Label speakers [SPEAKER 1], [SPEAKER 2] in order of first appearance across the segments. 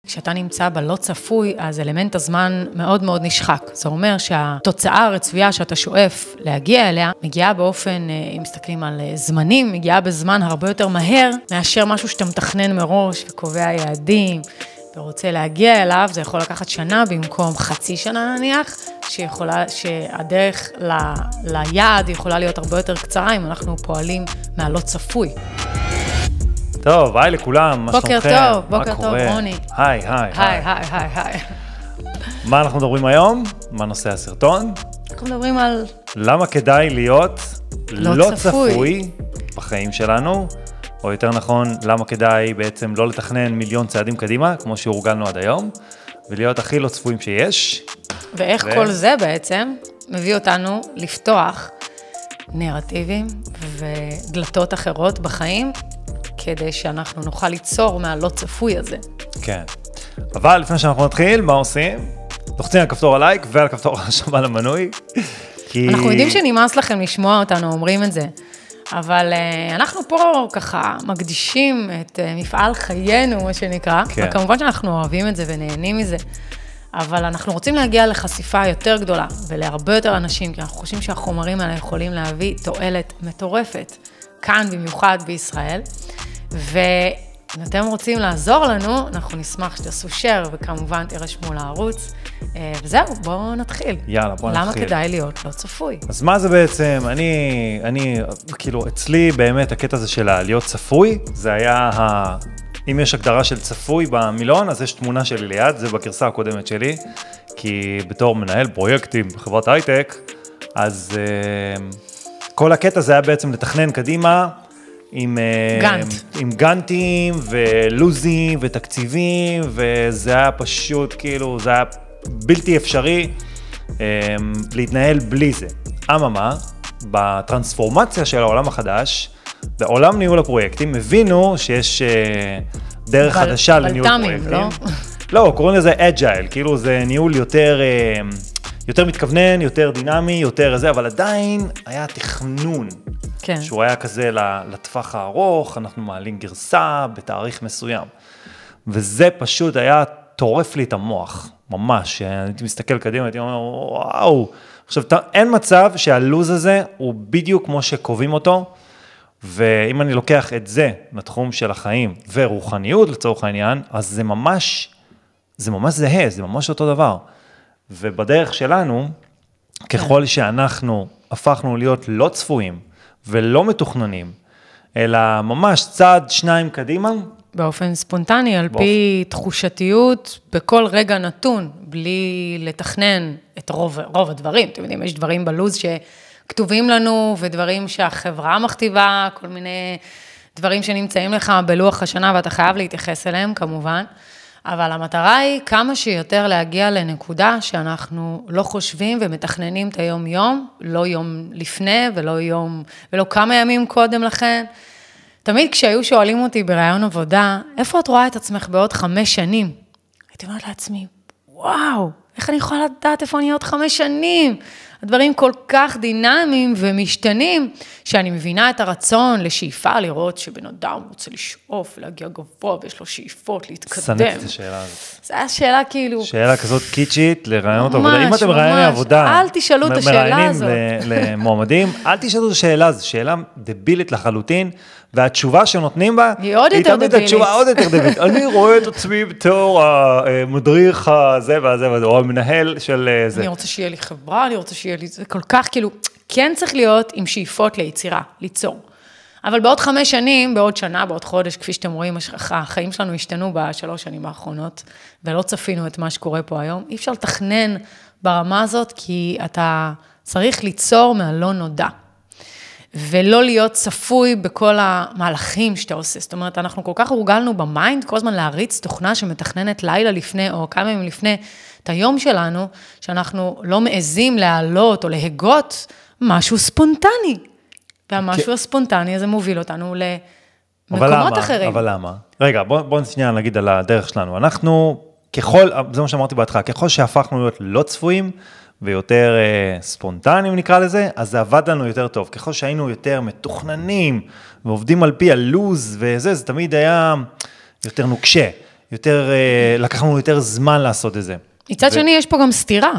[SPEAKER 1] כשאתה נמצא בלא צפוי, אז אלמנט הזמן מאוד מאוד נשחק. זה אומר שהתוצאה הרצויה שאתה שואף להגיע אליה, מגיעה באופן, אם מסתכלים על זמנים, מגיעה בזמן הרבה יותר מהר, מאשר משהו שאתה מתכנן מראש וקובע יעדים, ורוצה להגיע אליו, זה יכול לקחת שנה במקום חצי שנה נניח, שהדרך ליעד יכולה להיות הרבה יותר קצרה, אם אנחנו פועלים מהלא צפוי.
[SPEAKER 2] טוב, היי לכולם, מה שלומכם?
[SPEAKER 1] בוקר טוב, רוני.
[SPEAKER 2] היי. מה אנחנו מדברים היום? מה נושא הסרטון?
[SPEAKER 1] אנחנו מדברים על...
[SPEAKER 2] למה כדאי להיות
[SPEAKER 1] לא צפוי
[SPEAKER 2] בחיים שלנו, או יותר נכון, למה כדאי בעצם לא לתכנן מיליון צעדים קדימה, כמו שהורגלנו עד היום, ולהיות הכי לא צפויים שיש.
[SPEAKER 1] ואיך כל זה בעצם מביא אותנו לפתוח נרטיבים ודלתות אחרות בחיים, כדי שאנחנו נוכל ליצור מהלא צפוי הזה.
[SPEAKER 2] כן. אבל לפני שאנחנו נתחיל, מה עושים? לוחצים על כפתור הלייק ועל כפתור השמה למנוי.
[SPEAKER 1] אנחנו יודעים שנמאס לכם לשמוע אותנו, אומרים את זה. אבל אנחנו פה ככה מקדישים את מפעל חיינו, מה שנקרא. כן. וכמובן שאנחנו אוהבים את זה ונהנים מזה. אבל אנחנו רוצים להגיע לחשיפה יותר גדולה ולהרבה יותר אנשים, כי אנחנו חושבים שהחומרים האלה יכולים להביא תועלת מטורפת. כאן במיוחד בישראל, ואם אתם רוצים לעזור לנו, אנחנו נשמח שתעשו share, וכמובן תירשמו לערוץ, וזהו, בואו נתחיל.
[SPEAKER 2] יאללה, בואו נתחיל.
[SPEAKER 1] למה כדאי להיות לא צפוי?
[SPEAKER 2] אז מה זה בעצם? אני, כאילו, אצלי באמת הקטע הזה של להיות צפוי, זה היה, אם יש הגדרה של צפוי במילון, אז יש תמונה שלי ליד, זה בגרסה הקודמת שלי, כי בתור מנהל פרויקטים בחברת הייטק, אז כל הקטע זה היה בעצם לתכנן קדימה עם גנטים ולוזים ותקציבים, וזה היה פשוט כאילו, זה היה בלתי אפשרי להתנהל בלי זה. אממה, בטרנספורמציה של העולם החדש, בעולם ניהול הפרויקטים, הבינו שיש דרך חדשה לניהול פרויקטים. לא, קוראים לזה אג'ייל, כאילו זה ניהול יותר מתכוונן, יותר דינמי, יותר זה, אבל עדיין היה תכנון, כן. שהוא היה כזה לטווח הארוך, אנחנו מעלים גרסה בתאריך מסוים. וזה פשוט היה טורף לי את המוח, ממש. הייתי מסתכל קדימה, הייתי אומר, וואו. עכשיו, אין מצב שהלוז הזה הוא בדיוק כמו שקובעים אותו, ואם אני לוקח את זה לתחום של החיים ורוחניות לצורך העניין, אז זה ממש זהה, זה ממש אותו דבר. ובדרך שלנו, ככל שאנחנו הפכנו להיות לא צפויים ולא מתוכננים, אלא ממש צעד שניים קדימה.
[SPEAKER 1] באופן ספונטני, על פי תחושתיות, בכל רגע נתון, בלי לתכנן את רוב הדברים. אתם יודעים, יש דברים בלוז שכתובים לנו, ודברים שהחברה מכתיבה, כל מיני דברים שנמצאים לך בלוח השנה, ואתה חייב להתייחס אליהם, כמובן. אבל המטרה היא כמה שיותר להגיע לנקודה שאנחנו לא חושבים ומתכננים את היום-יום, לא יום לפני ולא כמה ימים קודם לכן. תמיד כשהיו שואלים אותי ברעיון עבודה, איפה את רואה את עצמך בעוד 5 שנים? הייתי אומרת לעצמי, וואו, איך אני יכולה לדעת איפה אני עוד 5 שנים? הדברים כל כך דינמיים ומשתנים, שאני מבינה את הרצון לשאיפה, לראות שבן אדם רוצה לשאוף, להגיע גבוה, ויש לו שאיפות, להתקדם.
[SPEAKER 2] סנקתי את השאלה הזאת.
[SPEAKER 1] זו הייתה שאלה כאילו...
[SPEAKER 2] שאלה כזאת קיצ'ית לרעיונות עבודה. אם אתם רעייני עבודה,
[SPEAKER 1] אל תשאלו את השאלה הזאת.
[SPEAKER 2] מראיינים למועמדים, אל תשאלו את השאלה, זו שאלה דבילית לחלוטין, והתשובה שנותנים בה,
[SPEAKER 1] היא עוד יותר דבילית.
[SPEAKER 2] התשובה עוד יותר דבילית. אני רואה את עצמי בתור המדריך הזה והזה, או המנהל של זה.
[SPEAKER 1] אני רוצה שיהיה לי חברה, אני רוצה שיהיה לי, זה כל כך כאילו, כן צריך להיות עם שאיפות ליצירה, ליצור. אבל בעוד 5 שנים, בעוד שנה, בעוד חודש, כפי שאתם רואים, החיים שלנו השתנו ב3 שנים האחרונות, ולא צפינו את מה שקורה פה היום. אי אפשר לתכנן ברמה הזאת, כי אתה צריך ליצור מהלא נודע. ולא להיות צפוי בכל המהלכים שאתה עושה. זאת אומרת, אנחנו כל כך הורגלנו במיינד, כל הזמן להריץ תוכנה שמתכננת לילה לפני, או כמה ימים לפני את היום שלנו, שאנחנו לא מעזים להעלות או להגות משהו ספונטני. והמשהו הספונטני הזה מוביל אותנו למקומות אחרים.
[SPEAKER 2] אבל למה? רגע, בוא נשנייה נגיד על הדרך שלנו. אנחנו, זה מה שאמרתי בהתחלה, ככל שהפכנו להיות לא צפויים, ויותר ספונטניים נקרא לזה, אז זה עבד לנו יותר טוב. ככל שהיינו יותר מתוכננים, ועובדים על פי הלוז וזה, זה תמיד היה יותר נוקשה. לקחנו יותר זמן לעשות את זה.
[SPEAKER 1] מצד שני, יש פה גם סתירה.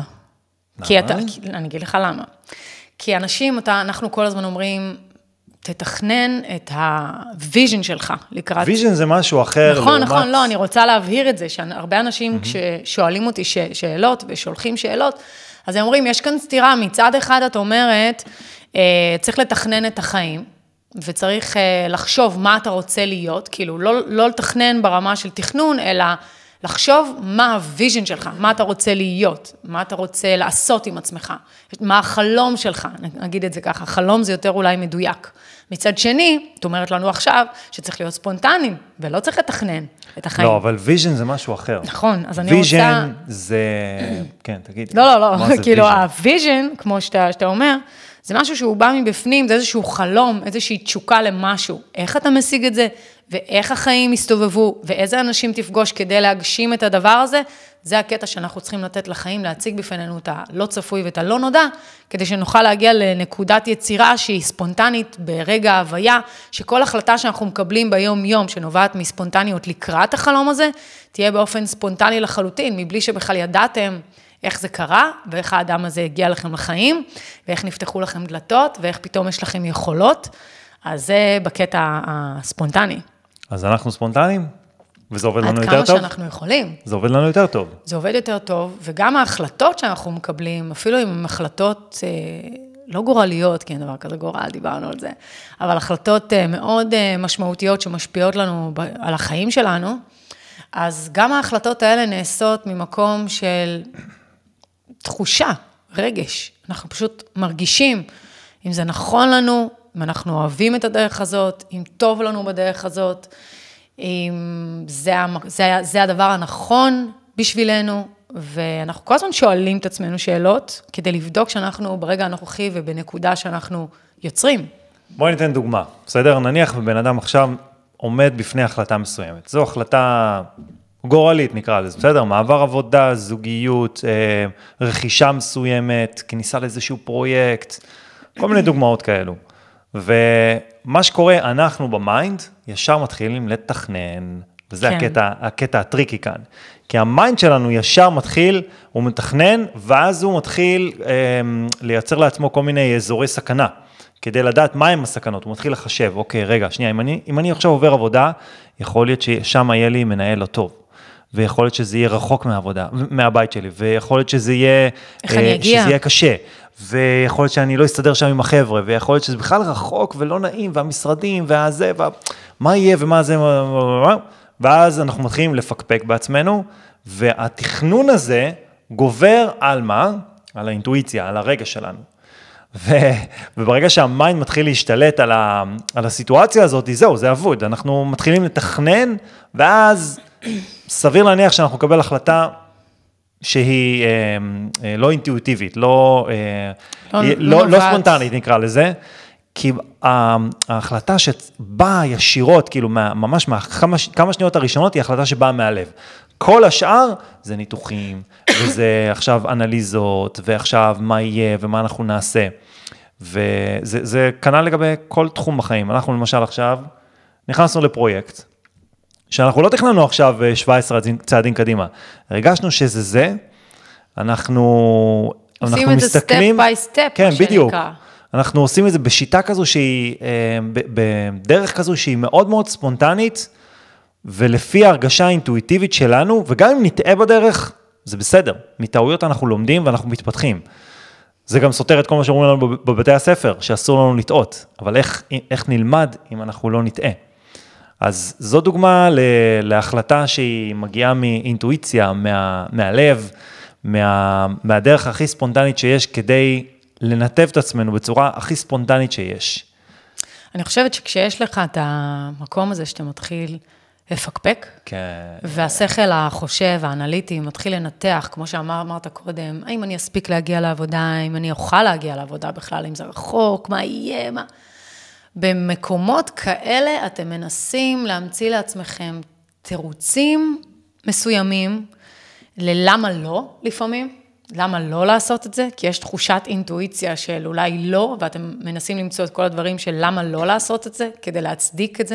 [SPEAKER 1] אני אגיד לך למה. כי אנחנו כל הזמן אומרים, תתכנן את הוויז'ן שלך לקראת...
[SPEAKER 2] ויז'ן זה משהו אחר.
[SPEAKER 1] נכון, לא, אני רוצה להבהיר את זה, שהרבה אנשים כששואלים אותי שאלות ושולחים שאלות, אז הם אומרים, יש כאן סתירה, מצד אחד את אומרת, צריך לתכנן את החיים, וצריך לחשוב מה אתה רוצה להיות, כאילו לא לתכנן ברמה של תכנון, אלא לחשוב מה הוויז'ן שלך, מה אתה רוצה להיות, מה אתה רוצה לעשות עם עצמך, מה החלום שלך, נגיד את זה ככה, חלום זה יותר אולי מדויק. מצד שני, את אומרת לנו עכשיו, שצריך להיות ספונטניים, ולא צריך לתכנן את החיים.
[SPEAKER 2] לא, אבל ויז'ן זה משהו אחר.
[SPEAKER 1] נכון, אז אני רוצה...
[SPEAKER 2] ויז'ן זה... כן, תגיד.
[SPEAKER 1] לא, כאילו הוויז'ן, כמו שאתה אומר, זה משהו שהוא בא מבפנים, זה איזשהו חלום, איזושהי תשוקה למשהו. איך אתה משיג את זה, ואיך החיים יסתובבו, ואיזה אנשים תפגוש כדי להגשים את הדבר הזה, זה הקטע שאנחנו צריכים לתת לחיים, להציג בפנינו את הלא צפוי ואת הלא נודע, כדי שנוכל להגיע לנקודת יצירה שהיא ספונטנית ברגע ההוויה, שכל החלטה שאנחנו מקבלים ביום-יום, שנובעת מספונטניות לקראת החלום הזה, תהיה באופן ספונטני לחלוטין, מבלי שבכלל ידעתם איך זה קרה, ואיך האדם הזה הגיע לכם לחיים, ואיך נפתחו לכם דלתות, ואיך פתאום יש לכם יכולות, אז זה בקטע הספונטני.
[SPEAKER 2] אז אנחנו ספונטניים, וזה עובד לנו יותר טוב?
[SPEAKER 1] עד כמה שאנחנו יכולים.
[SPEAKER 2] זה עובד לנו יותר טוב.
[SPEAKER 1] זה עובד יותר טוב, וגם ההחלטות שאנחנו מקבלים, אפילו אם החלטות לא גורליות, כי אין דבר כזה גורל, דיברנו על זה, אבל החלטות מאוד משמעותיות שמשפיעות לנו על החיים שלנו, אז גם ההחלטות האלה נעשות ממקום של תחושה, רגש. אנחנו פשוט מרגישים אם זה נכון לנו, אם אנחנו אוהבים את הדרך הזאת, אם טוב לנו בדרך הזאת, אם זה הדבר הנכון בשבילנו, ואנחנו כל הזמן שואלים את עצמנו שאלות, כדי לבדוק שאנחנו ברגע הנוכחי ובנקודה שאנחנו יוצרים.
[SPEAKER 2] בואי ניתן דוגמה, בסדר? נניח ובן אדם עכשיו עומד בפני החלטה מסוימת. זו החלטה גורלית נקרא לזה, בסדר? מעבר עבודה, זוגיות, רכישה מסוימת, כניסה לאיזשהו פרויקט, כל מיני דוגמאות כאלו. ומה שקורה, אנחנו במיינד, ישר מתחילים לתכנן, וזה כן. הקטע הטריקי כאן. כי המיינד שלנו ישר מתחיל, הוא מתכנן, ואז הוא מתחיל לייצר לעצמו כל מיני אזורי סכנה, כדי לדעת מהם הסכנות. הוא מתחיל לחשב, אוקיי, רגע, שנייה, אם אני עכשיו עובר עבודה, יכול להיות ששם יהיה לי מנהל לא טוב. ויכול להיות שזה יהיה רחוק מהבית שלי, ויכול להיות שזה יהיה קשה, ויכול להיות שאני לא אסתדר שם עם החבר'ה, ויכול להיות שזה בכלל רחוק ולא נעים, והמשרדים, והזה, מה יהיה ומה זה, ואז אנחנו מתחילים לפקפק בעצמנו, והתכנון הזה גובר על מה? על האינטואיציה, על הרגש שלנו. וברגע שהמיינד מתחיל להשתלט על הסיטואציה הזאת, זהו, זה עבוד, אנחנו מתחילים לתכנן, ואז סביר להניח שאנחנו נקבל החלטה שהיא לא אינטואיטיבית, לא ספונטנית נקרא לזה, כי ההחלטה שבאה ישירות, כאילו ממש כמה שניות הראשונות, היא החלטה שבאה מהלב. כל השאר זה ניתוחים, וזה עכשיו אנליזות, ועכשיו מה יהיה ומה אנחנו נעשה. וזה כנ"ל לגבי כל תחום בחיים. אנחנו למשל עכשיו נכנסנו לפרויקט, שאנחנו לא תכננו עכשיו 17 צעדים קדימה. הרגשנו שזה זה, אנחנו
[SPEAKER 1] עושים את זה סטפ ביי סטפ,
[SPEAKER 2] כן, בדיוק. אנחנו עושים את זה בשיטה כזו שהיא, בדרך כזו שהיא מאוד מאוד ספונטנית, ולפי ההרגשה האינטואיטיבית שלנו, וגם אם נטעה בדרך, זה בסדר. מטעויות אנחנו לומדים ואנחנו מתפתחים. זה גם סותר את כל מה שאומרים לנו בבתי הספר, שאסור לנו לטעות. אבל איך נלמד אם אנחנו לא נטעה? אז זו דוגמה להחלטה שהיא מגיעה מאינטואיציה, מהלב, מהדרך הכי ספונטנית שיש, כדי לנתב את עצמנו בצורה הכי ספונטנית שיש.
[SPEAKER 1] אני חושבת שכשיש לך את המקום הזה שאתה מתחיל לפקפק,
[SPEAKER 2] כן.
[SPEAKER 1] והשכל החושב, האנליטי, מתחיל לנתח, כמו שאמרת קודם, האם אני אספיק להגיע לעבודה, האם אני אוכל להגיע לעבודה בכלל, אם זה רחוק, מה יהיה, מה... במקומות כאלה אתם מנסים להמציא לעצמכם תירוצים מסוימים, ללמה לא לפעמים, למה לא לעשות את זה, כי יש תחושת אינטואיציה של אולי לא, ואתם מנסים למצוא את כל הדברים של למה לא לעשות את זה, כדי להצדיק את זה,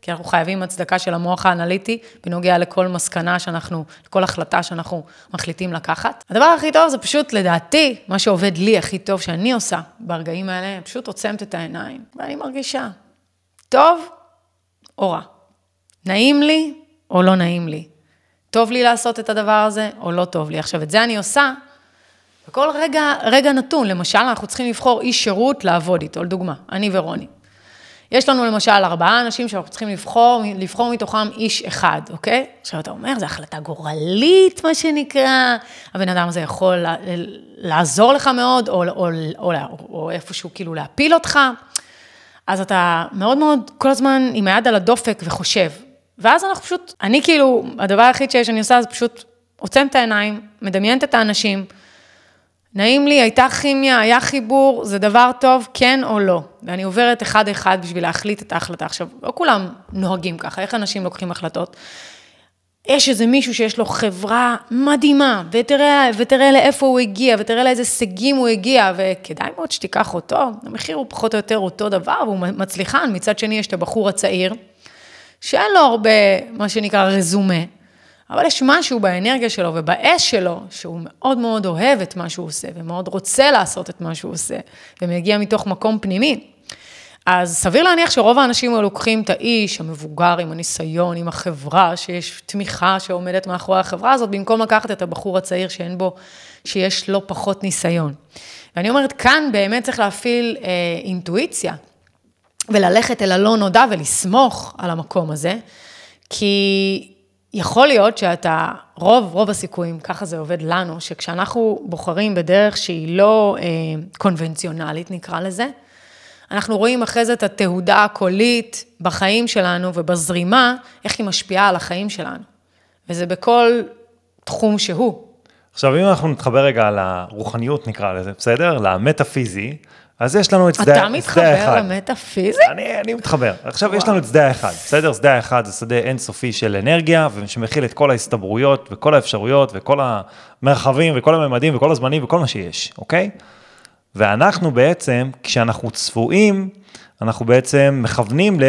[SPEAKER 1] כי אנחנו חייבים הצדקה של המוח האנליטי, בנוגע לכל מסקנה שאנחנו, לכל החלטה שאנחנו מחליטים לקחת. הדבר הכי טוב זה פשוט, לדעתי, מה שעובד לי הכי טוב שאני עושה ברגעים האלה, פשוט עוצמת את העיניים, ואני מרגישה, טוב או רע. נעים לי או לא נעים לי. טוב לי לעשות את הדבר הזה או לא טוב לי. עכשיו, את זה אני עושה, בכל רגע נתון, למשל, אנחנו צריכים לבחור איש שירות לעבוד איתו, לדוגמה, אני ורוני. יש לנו למשל 4 אנשים שאנחנו צריכים לבחור מתוכם איש אחד, אוקיי? עכשיו אתה אומר, זו החלטה גורלית, מה שנקרא, הבן אדם הזה יכול לעזור לך מאוד, או איפשהו כאילו להפיל אותך, אז אתה מאוד מאוד כל הזמן עם היד על הדופק וחושב, ואז אנחנו פשוט, אני כאילו, הדבר היחיד שאני עושה, זה פשוט עוצם את העיניים, מדמיינת את האנשים, נעים לי, הייתה כימיה, היה חיבור, זה דבר טוב, כן או לא. ואני עוברת אחד בשביל להחליט את ההחלטה. עכשיו, לא כולם נוהגים ככה, איך אנשים לוקחים החלטות? יש איזה מישהו שיש לו חברה מדהימה, ותראה לאיפה הוא הגיע, ותראה לאיזה סגים הוא הגיע, וכדאי מאוד שתיקח אותו, המחיר הוא פחות או יותר אותו דבר, והוא מצליחן. מצד שני, יש את הבחור הצעיר, שאין לו הרבה, מה שנקרא, רזומה, אבל יש משהו באנרגיה שלו ובאש שלו, שהוא מאוד מאוד אוהב את מה שהוא עושה, ומאוד רוצה לעשות את מה שהוא עושה, ומגיע מתוך מקום פנימי. אז סביר להניח שרוב האנשים לוקחים את האיש המבוגר עם הניסיון, עם החברה, שיש תמיכה שעומדת מאחורי החברה הזאת, במקום לקחת את הבחור הצעיר שיש לו פחות ניסיון. ואני אומרת, כאן באמת צריך להפעיל אינטואיציה, וללכת אל הלא נודע ולסמוך על המקום הזה, כי יכול להיות שאתה, רוב הסיכויים, ככה זה עובד לנו, שכשאנחנו בוחרים בדרך שהיא לא קונבנציונלית, נקרא לזה, אנחנו רואים אחרי זה את התהודה הקולית בחיים שלנו ובזרימה, איך היא משפיעה על החיים שלנו. וזה בכל תחום שהוא.
[SPEAKER 2] עכשיו, אם אנחנו נתחבר רגע על הרוחניות, נקרא לזה, בסדר? למטאפיזי, אז יש לנו את שדה אחד.
[SPEAKER 1] אתה מתחבר למטאפיזי?
[SPEAKER 2] אני מתחבר. עכשיו יש לנו את שדה אחד, בסדר? שדה אחד זה שדה אינסופי של אנרגיה, ושמכיל את כל ההסתברויות, וכל האפשרויות, וכל המרחבים, וכל הממדים, וכל הזמנים, וכל מה שיש, אוקיי? ואנחנו בעצם, כשאנחנו צפויים, אנחנו בעצם מכוונים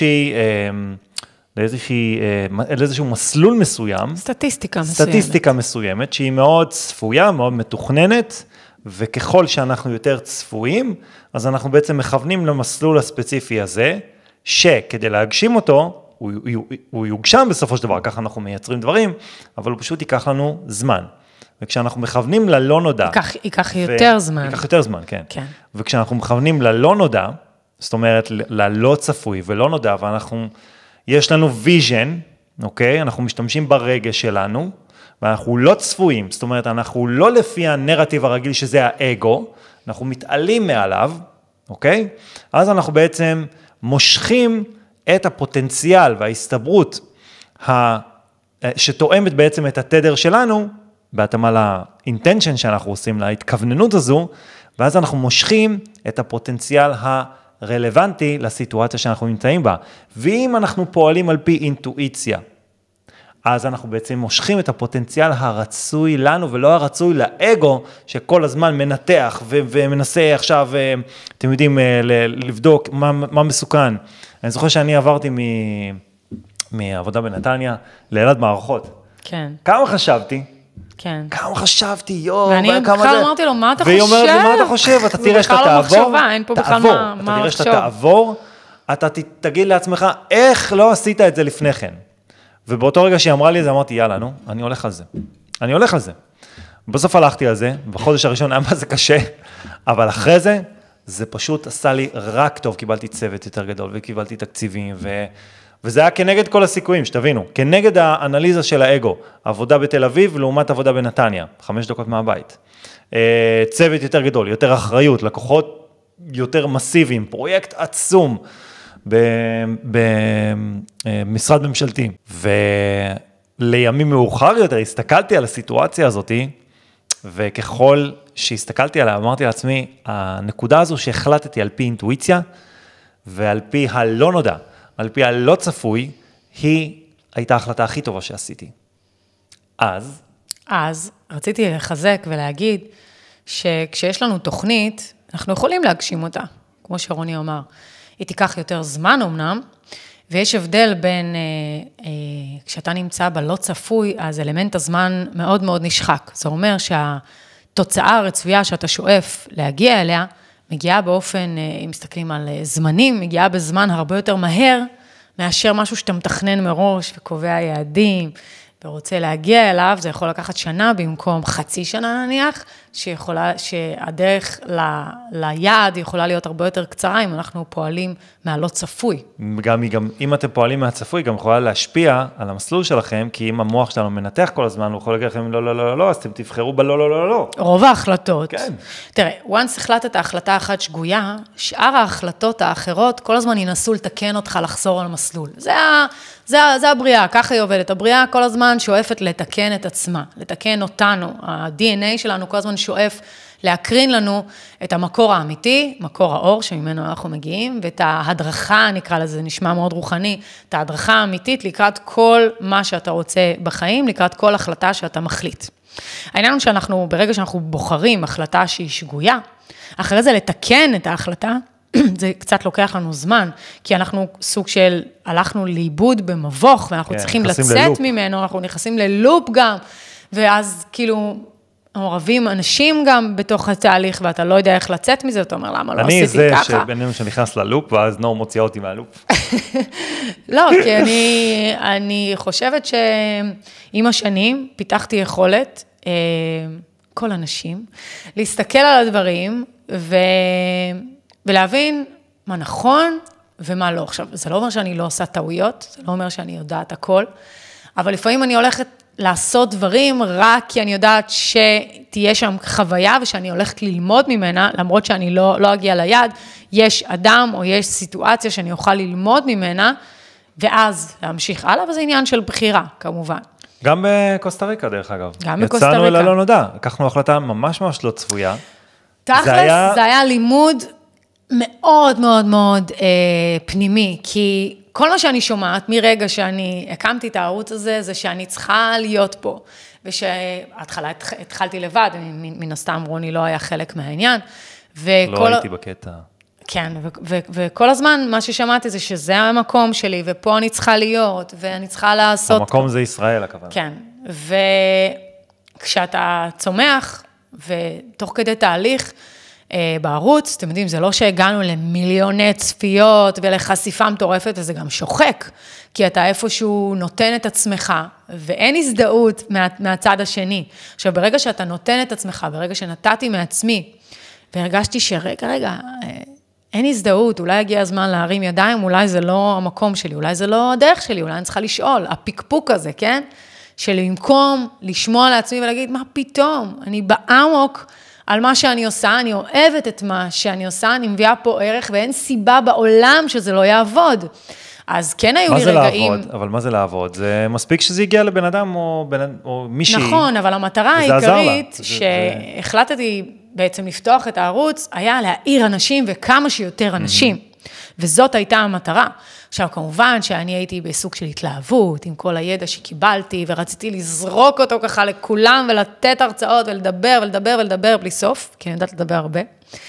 [SPEAKER 2] לאיזשהו מסלול מסוים. סטטיסטיקה מסוימת, שהיא מאוד צפויה, מאוד מתוכננת, וככל שאנחנו יותר צפויים, אז אנחנו בעצם מכוונים למסלול הספציפי הזה, שכדי להגשים אותו, הוא יוגשם בסופו של דבר, ככה אנחנו מייצרים דברים, אבל הוא פשוט ייקח לנו זמן. וכשאנחנו מכוונים ללא נודע,
[SPEAKER 1] ייקח יותר זמן.
[SPEAKER 2] ייקח יותר זמן, כן. וכשאנחנו מכוונים ללא נודע, זאת אומרת, ללא צפוי ולא נודע, יש לנו ויז'ן, אוקיי? אנחנו משתמשים ברגש שלנו, ואנחנו לא צפויים, זאת אומרת, אנחנו לא לפי הנרטיב הרגיל שזה האגו, אנחנו מתעלים מעליו, אוקיי? אז אנחנו בעצם מושכים את הפוטנציאל וההסתברות שתואמת בעצם את התדר שלנו, בהתאמה לאינטנשן שאנחנו עושים, להתכווננות הזו, ואז אנחנו מושכים את הפוטנציאל הרלוונטי לסיטואציה שאנחנו נמצאים בה. ואם אנחנו פועלים על פי אינטואיציה, אז אנחנו בעצם מושכים את הפוטנציאל הרצוי לנו, ולא הרצוי לאגו, שכל הזמן מנתח ומנסה עכשיו, אתם יודעים, לבדוק מה מסוכן. אני זוכר שאני עברתי מעבודה בנתניה לאלעד מערכות.
[SPEAKER 1] כן.
[SPEAKER 2] כמה חשבתי?
[SPEAKER 1] כן.
[SPEAKER 2] כמה חשבתי, יו,
[SPEAKER 1] ואני בכלל אמרתי לו, מה אתה חושב?
[SPEAKER 2] והיא אומרת לי, מה אתה חושב? אתה תראה שאתה תעבור.
[SPEAKER 1] זה בכלל לא מחשבה, אין פה בכלל מה לחשוב.
[SPEAKER 2] אתה תראה שאתה תעבור, אתה תגיד לעצמך, איך לא עשית את זה לפני כן? ובאותו רגע שהיא אמרה לי את זה, אמרתי, יאללה, נו, אני הולך על זה. בסוף הלכתי על זה, בחודש הראשון היה מה זה קשה, אבל אחרי זה, זה פשוט עשה לי רק טוב, קיבלתי צוות יותר גדול, וקיבלתי תקציבים, וזה היה כנגד כל הסיכויים, שתבינו, כנגד האנליזה של האגו, עבודה בתל אביב, לעומת עבודה בנתניה, 5 דקות מהבית. צוות יותר גדול, יותר אחריות, לקוחות יותר מסיביים, פרויקט עצום, במשרד ממשלתי, ולימים מאוחר יותר הסתכלתי על הסיטואציה הזאת, וככל שהסתכלתי עליה, אמרתי לעצמי, הנקודה הזו שהחלטתי על פי אינטואיציה, ועל פי הלא נודע, על פי הלא צפוי, היא הייתה ההחלטה הכי טובה שעשיתי.
[SPEAKER 1] אז רציתי לחזק ולהגיד, שכשיש לנו תוכנית, אנחנו יכולים להגשים אותה, כמו שרוני אמר. היא תיקח יותר זמן אמנם, ויש הבדל בין, כשאתה נמצא בלא צפוי, אז אלמנט הזמן מאוד מאוד נשחק. זה אומר שהתוצאה הרצויה שאתה שואף להגיע אליה, מגיעה באופן, אם מסתכלים על זמנים, מגיעה בזמן הרבה יותר מהר, מאשר משהו שאתה מתכנן מראש וקובע יעדים, ורוצה להגיע אליו, זה יכול לקחת שנה במקום חצי שנה נניח, שהדרך ליעד יכולה להיות הרבה יותר קצרה, אם אנחנו פועלים מהלא צפוי.
[SPEAKER 2] גם אם אתם פועלים מהצפוי, גם יכולה להשפיע על המסלול שלכם, כי אם המוח שלנו מנתח כל הזמן, הוא יכול להגיד לכם לא, לא, לא, לא, אז אתם תבחרו בלא, לא, לא, לא.
[SPEAKER 1] רוב ההחלטות. כן. תראה, once החלטת החלטה אחת שגויה, שאר ההחלטות האחרות, כל הזמן ינסו לתקן אותך לחזור על מסלול. זה הבריאה, ככה היא עובדת. הבריאה כל הזמן שואפת לתקן את עצמה, לתקן אותנו. ה-DNA שלנו כל הזמן שואף להקרין לנו את המקור האמיתי, מקור האור שממנו אנחנו מגיעים, ואת ההדרכה, נקרא לזה, נשמע מאוד רוחני, את ההדרכה האמיתית לקראת כל מה שאתה רוצה בחיים, לקראת כל החלטה שאתה מחליט. העניין הוא שאנחנו, ברגע שאנחנו בוחרים החלטה שהיא שגויה, אחרי זה לתקן את ההחלטה, זה קצת לוקח לנו זמן, כי אנחנו סוג של, הלכנו לאיבוד במבוך, ואנחנו צריכים לצאת ממנו, אנחנו נכנסים ללופ גם, ואז כאילו, מעורבים אנשים גם בתוך התהליך, ואתה לא יודע איך לצאת מזה, אתה אומר, למה לא עשיתי ככה?
[SPEAKER 2] אני זה שבינינו שנכנס ללופ, ואז נור מוציאה אותי מהלופ.
[SPEAKER 1] לא, כי אני חושבת שעם השנים פיתחתי יכולת, כל אנשים, להסתכל על הדברים, ולהבין מה נכון ומה לא. עכשיו, זה לא אומר שאני לא עושה טעויות, זה לא אומר שאני יודעת הכל, אבל לפעמים אני הולכת לעשות דברים רק כי אני יודעת שתהיה שם חוויה ושאני הולכת ללמוד ממנה, למרות שאני לא אגיע ליד, יש אדם או יש סיטואציה שאני אוכל ללמוד ממנה, ואז להמשיך הלאה, וזה עניין של בחירה, כמובן.
[SPEAKER 2] גם בקוסטה ריקה, דרך אגב.
[SPEAKER 1] גם בקוסטה ריקה.
[SPEAKER 2] יצאנו אל הלא נודע, לקחנו החלטה ממש ממש לא צפויה.
[SPEAKER 1] תכלס, זה היה לימוד מאוד מאוד מאוד פנימי, כי כל מה שאני שומעת מרגע שאני הקמתי את הערוץ הזה, זה שאני צריכה להיות פה, ושהתחלה התחלתי לבד, מן הסתם רוני לא היה חלק מהעניין.
[SPEAKER 2] לא הייתי בקטע.
[SPEAKER 1] כן, וכל הזמן מה ששמעתי זה שזה המקום שלי, ופה אני צריכה להיות, ואני צריכה לעשות...
[SPEAKER 2] המקום זה ישראל, הכוונה.
[SPEAKER 1] כן, וכשאתה צומח, ותוך כדי תהליך, בערוץ, אתם יודעים, זה לא שהגענו למיליוני צפיות ולחשיפה מטורפת, וזה גם שוחק, כי אתה איפשהו נותן את עצמך, ואין הזדהות מהצד השני. עכשיו, ברגע שאתה נותן את עצמך, ברגע שנתתי מעצמי, והרגשתי שרגע, אין הזדהות, אולי הגיע הזמן להרים ידיים, אולי זה לא המקום שלי, אולי זה לא הדרך שלי, אולי אני צריכה לשאול, הפיקפוק הזה, כן? שבמקום לשמוע לעצמי ולהגיד, מה פתאום? אני באמוק, על מה שאני עושה, אני אוהבת את מה שאני עושה, אני מביאה פה ערך, ואין סיבה בעולם שזה לא יעבוד. אז כן היו לי רגעים...
[SPEAKER 2] מה זה לעבוד? אבל מה זה לעבוד? זה מספיק שזה הגיע לבן אדם או מישהי.
[SPEAKER 1] נכון, אבל המטרה העיקרית שהחלטתי בעצם לפתוח את הערוץ, היה להעיר אנשים וכמה שיותר אנשים. וזאת הייתה המטרה. עכשיו, כמובן שאני הייתי בסוג של התלהבות, עם כל הידע שקיבלתי, ורציתי לזרוק אותו ככה לכולם, ולתת הרצאות, ולדבר, ולדבר, ולדבר בלי סוף, כי אני יודעת לדבר הרבה.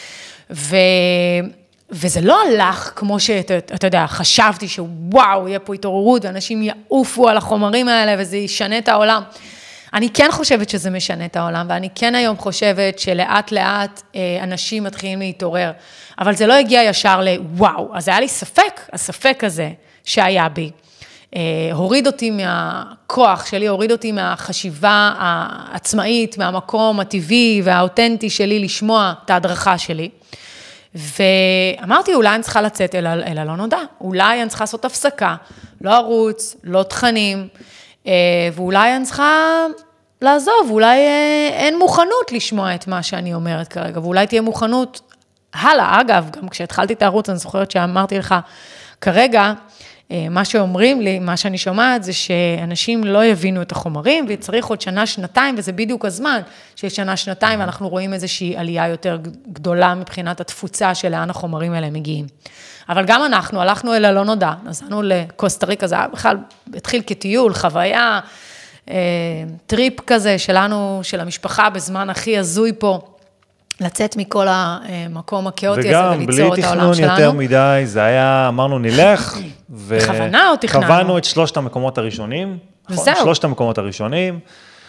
[SPEAKER 1] וזה לא הלך כמו שאתה יודע, חשבתי שוואו, יהיה פה התעוררות, ואנשים יעופו על החומרים האלה, וזה ישנה את העולם. אני כן חושבת שזה משנה את העולם, ואני כן היום חושבת שלאט לאט אנשים מתחילים להתעורר, אבל זה לא הגיע ישר לוואו, אז היה לי ספק, הספק הזה שהיה בי, הוריד אותי מהכוח שלי, הוריד אותי מהחשיבה העצמאית, מהמקום הטבעי והאותנטי שלי לשמוע את ההדרכה שלי, ואמרתי, אולי אני צריכה לצאת אל הלא נודע, אולי אני צריכה לעשות הפסקה, לא ערוץ, לא תכנים, ואולי אני צריכה לעזוב, אולי אין מוכנות לשמוע את מה שאני אומרת כרגע, ואולי תהיה מוכנות הלאה. אגב, גם כשהתחלתי את הערוץ, אני זוכרת שאמרתי לך, כרגע, מה שאומרים לי, מה שאני שומעת, זה שאנשים לא יבינו את החומרים, וצריך עוד שנה, שנתיים, וזה בדיוק הזמן, שיש שנה, שנתיים, ואנחנו רואים איזושהי עלייה יותר גדולה, מבחינת התפוצה של לאן החומרים האלה מגיעים. אבל גם אנחנו הלכנו אל הלא נודע, נסענו לקוסטה ריקה, זה בכלל התחיל כטיול, חוויה, טריפ כזה שלנו, של המשפחה, בזמן הכי הזוי פה, לצאת מכל המקום הכאוטי הזה וליצור את העולם שלנו.
[SPEAKER 2] וגם בלי תכנון יותר מדי, זה היה, אמרנו נלך,
[SPEAKER 1] בכוונה או תכננו?
[SPEAKER 2] קבענו את 3 המקומות הראשונים,
[SPEAKER 1] וזהו.
[SPEAKER 2] 3 המקומות הראשונים,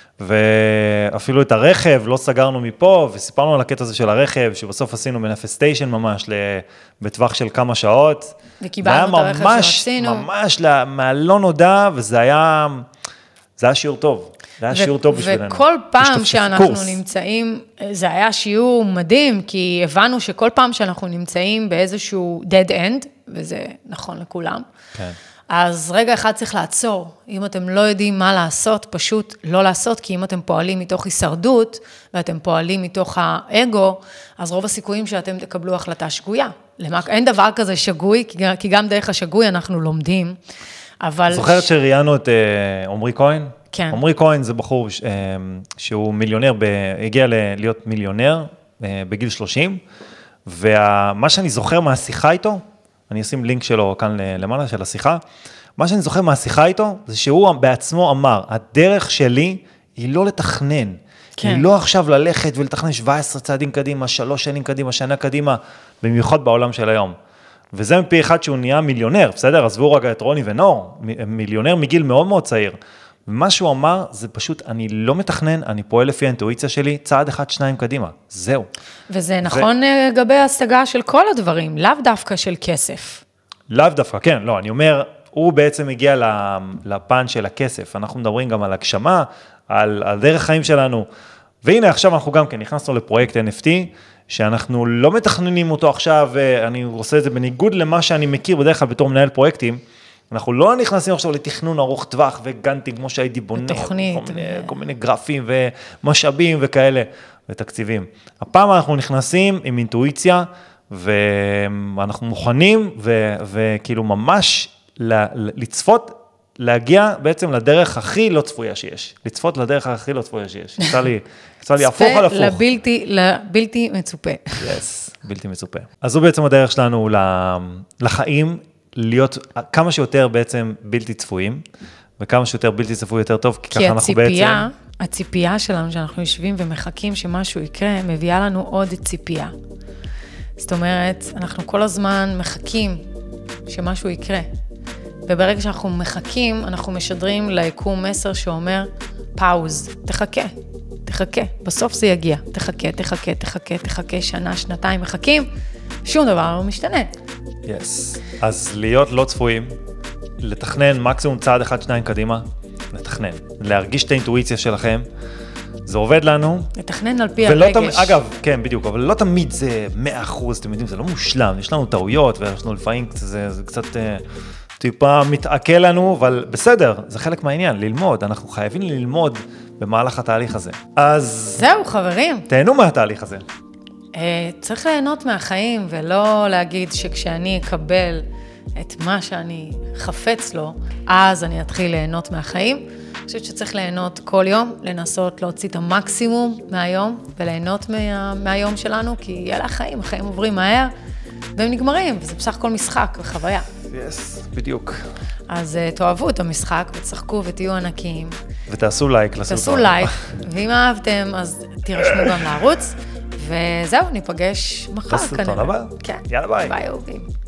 [SPEAKER 2] ואפילו את הרכב לא סגרנו מפה, וסיפרנו על הקטע הזה של הרכב, שבסוף עשינו מניפסטיישן ממש, בטווח של כמה שעות.
[SPEAKER 1] וקיבלנו את הרכב שרצינו.
[SPEAKER 2] ממש מהלא נודע, וזה היה שיעור טוב. זה היה שיעור טוב בשבילנו.
[SPEAKER 1] וכל פעם שאנחנו נמצאים, זה היה שיעור מדהים, כי הבנו שכל פעם שאנחנו נמצאים באיזשהו dead end, וזה נכון לכולם,
[SPEAKER 2] כן.
[SPEAKER 1] אז רגע אחד צריך לעצור. אם אתם לא יודעים מה לעשות, פשוט לא לעשות, כי אם אתם פועלים מתוך הישרדות, ואתם פועלים מתוך האגו, אז רוב הסיכויים שאתם תקבלו החלטה שגויה. אין דבר כזה שגוי, כי גם דרך השגוי אנחנו לומדים, אבל...
[SPEAKER 2] זוכרת שראיינו את עומרי כהן?
[SPEAKER 1] כן.
[SPEAKER 2] עומרי כהן זה בחור שהוא מיליונר, הגיע להיות מיליונר בגיל 30, ומה שאני זוכר מהשיחה איתו, אני אשים לינק שלו כאן למעלה של השיחה, מה שאני זוכר מהשיחה איתו, זה שהוא בעצמו אמר, הדרך שלי היא לא לתכנן, כן. היא לא עכשיו ללכת ולתכנן 17 צעדים קדימה, 3 שנים קדימה, שנה קדימה, במיוחד בעולם של היום. וזה מפי אחד שהוא נהיה מיליונר, בסדר? עזבו רגע את רוני ונור, מיליונר מגיל מאוד מאוד צעיר. ומה שהוא אמר, זה פשוט, אני לא מתכנן, אני פועל לפי האינטואיציה שלי, צעד 1, 2 קדימה, זהו.
[SPEAKER 1] וזה נכון לגבי ההשגה של כל הדברים, לאו דווקא של כסף.
[SPEAKER 2] לאו דווקא, כן, לא, אני אומר, הוא בעצם הגיע לפן של הכסף, אנחנו מדברים גם על הגשמה, על דרך חיים שלנו, והנה עכשיו אנחנו גם כן נכנסנו לפרויקט NFT, שאנחנו לא מתכננים אותו עכשיו, ואני עושה את זה בניגוד למה שאני מכיר בדרך כלל בתור מנהל פרויקטים, אנחנו לא נכנסים עכשיו לתכנון ארוך טווח וגנטים, כמו שהייתי בונה, כל מיני גרפים ומשאבים וכאלה, ותקציבים. הפעם אנחנו נכנסים עם אינטואיציה, ואנחנו מוכנים, וכאילו ממש לצפות, להגיע בעצם לדרך הכי לא צפויה שיש. לצפות לדרך הכי לא צפויה שיש. יצא לי הפוך על הפוך.
[SPEAKER 1] לבלתי מצופה.
[SPEAKER 2] Yes, בלתי מצופה. אז זו בעצם הדרך שלנו לחיים, להיות כמה שיותר בעצם בלתי צפויים, וכמה שיותר בלתי צפוי יותר טוב, כי ככה אנחנו בעצם...
[SPEAKER 1] כי הציפייה שלנו, שאנחנו יושבים ומחכים שמשהו יקרה, מביאה לנו עוד ציפייה. זאת אומרת, אנחנו כל הזמן מחכים שמשהו יקרה. וברגע שאנחנו מחכים, אנחנו משדרים ליקום מסר שאומר, פאוז, תחכה, בסוף זה יגיע, תחכה, שנה, שנתיים, מחכים, שום דבר לא משתנה.
[SPEAKER 2] Yes. אז להיות לא צפויים, לתכנן מקסימום צעד 1, 2 קדימה, לתכנן, להרגיש את האינטואיציה שלכם, זה עובד לנו.
[SPEAKER 1] לתכנן על פי הרגש.
[SPEAKER 2] אגב, כן, בדיוק, אבל לא תמיד זה 100%, אתם יודעים, זה לא מושלם, יש לנו טעויות, ואנחנו לפעמים, זה קצת טיפה מתעכל לנו, אבל בסדר, זה חלק מהעניין, ללמוד, אנחנו חייבים ללמוד במהלך התהליך הזה. אז...
[SPEAKER 1] זהו, חברים.
[SPEAKER 2] תהנו מהתהליך הזה.
[SPEAKER 1] צריך ליהנות מהחיים, ולא להגיד שכשאני אקבל את מה שאני חפץ לו, אז אני אתחיל ליהנות מהחיים. אני חושבת שצריך ליהנות כל יום, לנסות להוציא את המקסימום מהיום, וליהנות מהיום שלנו, כי אלה החיים, החיים עוברים מהר, והם נגמרים, וזה בסך הכל משחק וחוויה.
[SPEAKER 2] Yes, בדיוק.
[SPEAKER 1] אז תאהבו את המשחק, ותשחקו ותהיו ענקים.
[SPEAKER 2] ותעשו לייק לסרטון.
[SPEAKER 1] תעשו לייק, ואם אהבתם, אז תירשמו גם לערוץ. וזהו, ניפגש מחר כנראה.
[SPEAKER 2] בסרטון הבא.
[SPEAKER 1] כן.
[SPEAKER 2] יאללה ביי.
[SPEAKER 1] ביי אהובים.